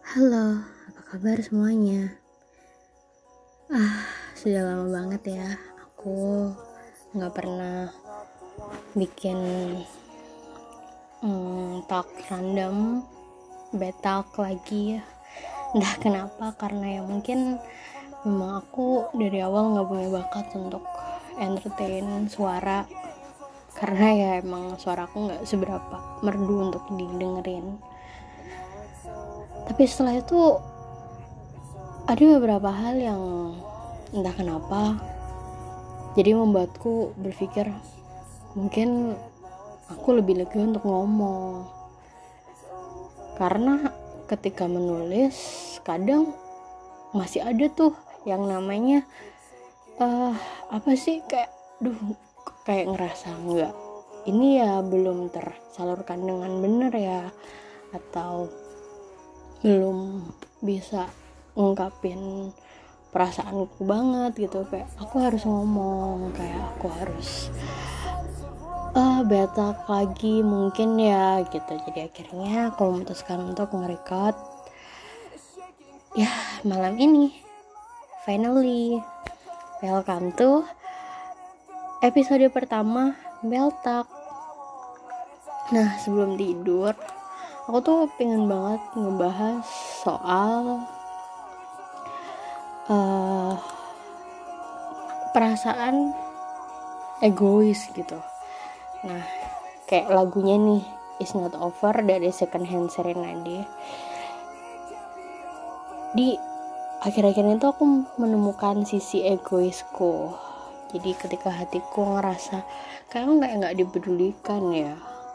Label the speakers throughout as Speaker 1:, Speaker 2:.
Speaker 1: Halo, apa kabar semuanya? Sudah lama banget ya aku nggak pernah bikin talk random, bad talk lagi ya. Entah kenapa, karena ya mungkin memang aku dari awal nggak punya bakat untuk entertain suara, karena ya emang suara aku nggak seberapa merdu untuk didengerin. Tapi setelah itu ada beberapa hal yang entah kenapa jadi membuatku berpikir mungkin aku lebih lega untuk ngomong, karena ketika menulis kadang masih ada tuh yang namanya apa sih, kayak ngerasa enggak, ini ya belum tersalurkan dengan benar ya, atau belum bisa ngungkapin perasaanku banget gitu. Kayak aku harus ngomong, kayak aku harus betak lagi mungkin ya gitu. Jadi akhirnya aku memutuskan untuk nge-record ya malam ini. Finally, welcome to episode pertama Beltak. Nah, sebelum tidur aku tuh pengen banget ngebahas soal perasaan egois gitu. Nah, kayak lagunya nih, It's Not Over dari Secondhand Serenade. Di akhir-akhir itu aku menemukan sisi egoisku. Jadi ketika hatiku ngerasa kayak nggak dipedulikan ya,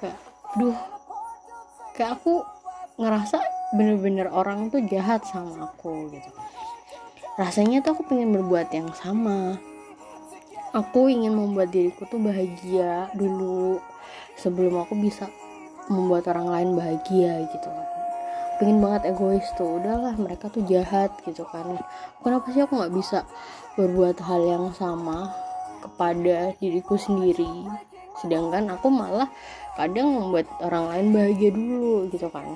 Speaker 1: kayak aku ngerasa bener-bener orang tuh jahat sama aku gitu. Rasanya tuh aku pengen berbuat yang sama. Aku ingin membuat diriku tuh bahagia dulu sebelum aku bisa membuat orang lain bahagia gitu kan. Pengen banget egois tuh, udahlah mereka tuh jahat gitu kan. Kenapa sih aku nggak bisa berbuat hal yang sama kepada diriku sendiri, sedangkan aku malah kadang membuat orang lain bahagia dulu gitu kan.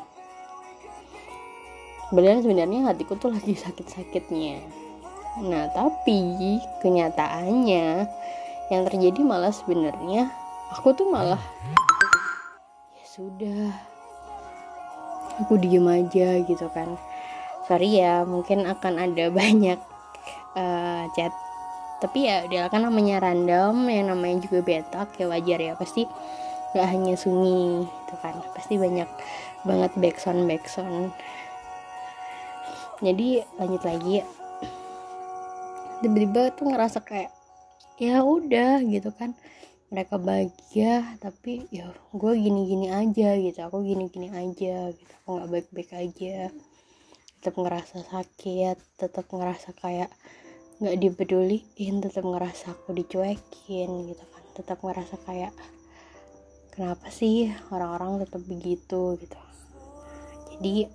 Speaker 1: Sebenarnya hatiku tuh lagi sakit-sakitnya. Nah, tapi kenyataannya yang terjadi malah sebenarnya aku tuh malah ya sudah, aku diem aja gitu kan. Sorry ya, mungkin akan ada banyak chat, tapi ya udah kan namanya random, yang namanya juga betak ya, wajar ya, pasti gak hanya sunyi gitu kan, pasti banyak banget backsound. Jadi lanjut lagi, tiba-tiba tuh ngerasa kayak ya udah gitu kan, mereka bahagia tapi ya gue gini-gini aja gitu, aku gini-gini aja gitu, aku nggak baik-baik aja, tetap ngerasa sakit, tetap ngerasa kayak nggak dipeduliin, tetap ngerasa aku dicuekin gitu kan, tetap ngerasa kayak kenapa sih orang-orang tetap begitu gitu. Jadi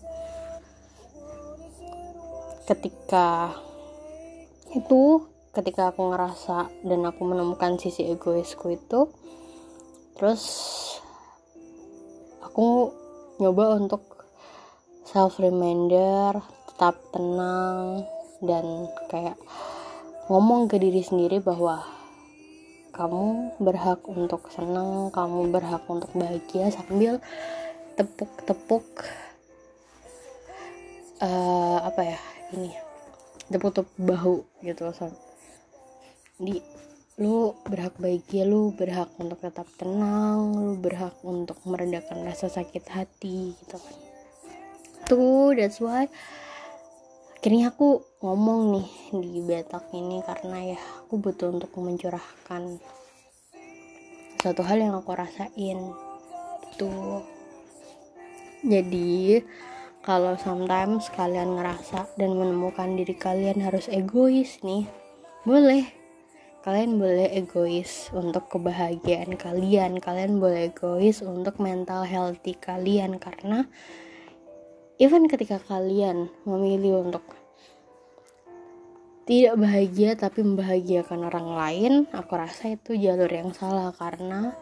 Speaker 1: ketika aku ngerasa dan aku menemukan sisi egoisku itu, terus aku nyoba untuk self reminder, tetap tenang, dan kayak ngomong ke diri sendiri bahwa kamu berhak untuk senang, kamu berhak untuk bahagia, sambil tepuk-tepuk tepuk-tepuk bahu gitu. Lu berhak bahagia, lu berhak untuk tetap tenang, lu berhak untuk meredakan rasa sakit hati gitu kan. Tuh, that's why akhirnya aku ngomong nih di betak ini, karena ya aku butuh untuk mencurahkan satu hal yang aku rasain tuh. Jadi kalau sometimes kalian ngerasa dan menemukan diri kalian harus egois nih, kalian boleh egois untuk kebahagiaan kalian boleh egois untuk mental healthy kalian, karena even ketika kalian memilih untuk tidak bahagia tapi membahagiakan orang lain, aku rasa itu jalur yang salah, karena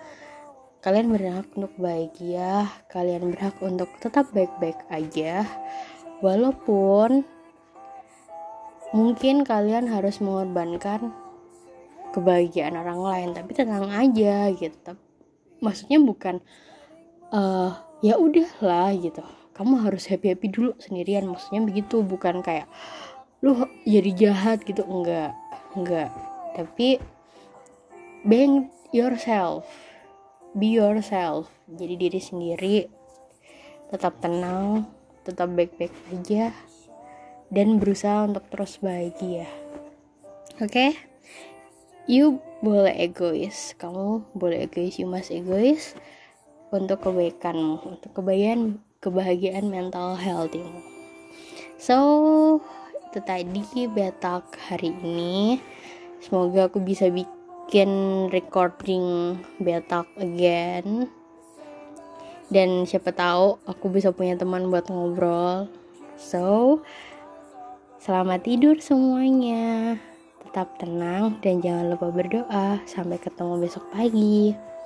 Speaker 1: kalian berhak untuk bahagia, kalian berhak untuk tetap baik-baik aja, Walaupun mungkin kalian harus mengorbankan kebahagiaan orang lain, tapi tenang aja gitu. Maksudnya bukan ya udahlah gitu, kamu harus happy dulu sendirian, maksudnya begitu, bukan kayak lu jadi jahat gitu, enggak, tapi being yourself, be yourself, jadi diri sendiri, tetap tenang, tetap baik-baik aja, dan berusaha untuk terus bahagia. Oke? You boleh egois, kamu boleh egois, you must egois untuk kebaikanmu, untuk kebahagiaan mental healthymu. So, itu tadi betak hari ini. Semoga aku bisa bikin recording betak again. Dan siapa tahu aku bisa punya teman buat ngobrol. So, selamat tidur semuanya. Tetap tenang dan jangan lupa berdoa. Sampai ketemu besok pagi.